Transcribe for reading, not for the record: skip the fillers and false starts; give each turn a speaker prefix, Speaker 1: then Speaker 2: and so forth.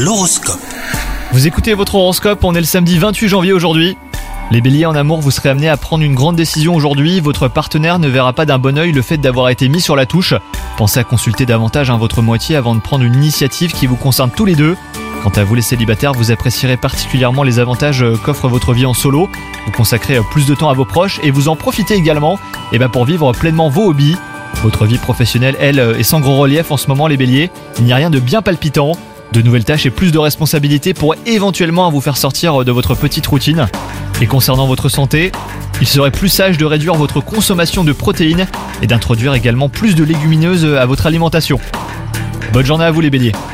Speaker 1: L'horoscope.
Speaker 2: Vous écoutez votre horoscope, on est le samedi 28 janvier aujourd'hui. Les béliers, en amour, vous serez amenés à prendre une grande décision aujourd'hui. Votre partenaire ne verra pas d'un bon œil le fait d'avoir été mis sur la touche. Pensez à consulter davantage votre moitié avant de prendre une initiative qui vous concerne tous les deux. Quant à vous les célibataires, vous apprécierez particulièrement les avantages qu'offre votre vie en solo. Vous consacrez plus de temps à vos proches et vous en profitez également pour vivre pleinement vos hobbies. Votre vie professionnelle, elle, est sans gros relief en ce moment les béliers. Il n'y a rien de bien palpitant. De nouvelles tâches et plus de responsabilités pourraient éventuellement vous faire sortir de votre petite routine. Et concernant votre santé, il serait plus sage de réduire votre consommation de protéines et d'introduire également plus de légumineuses à votre alimentation. Bonne journée à vous les béliers.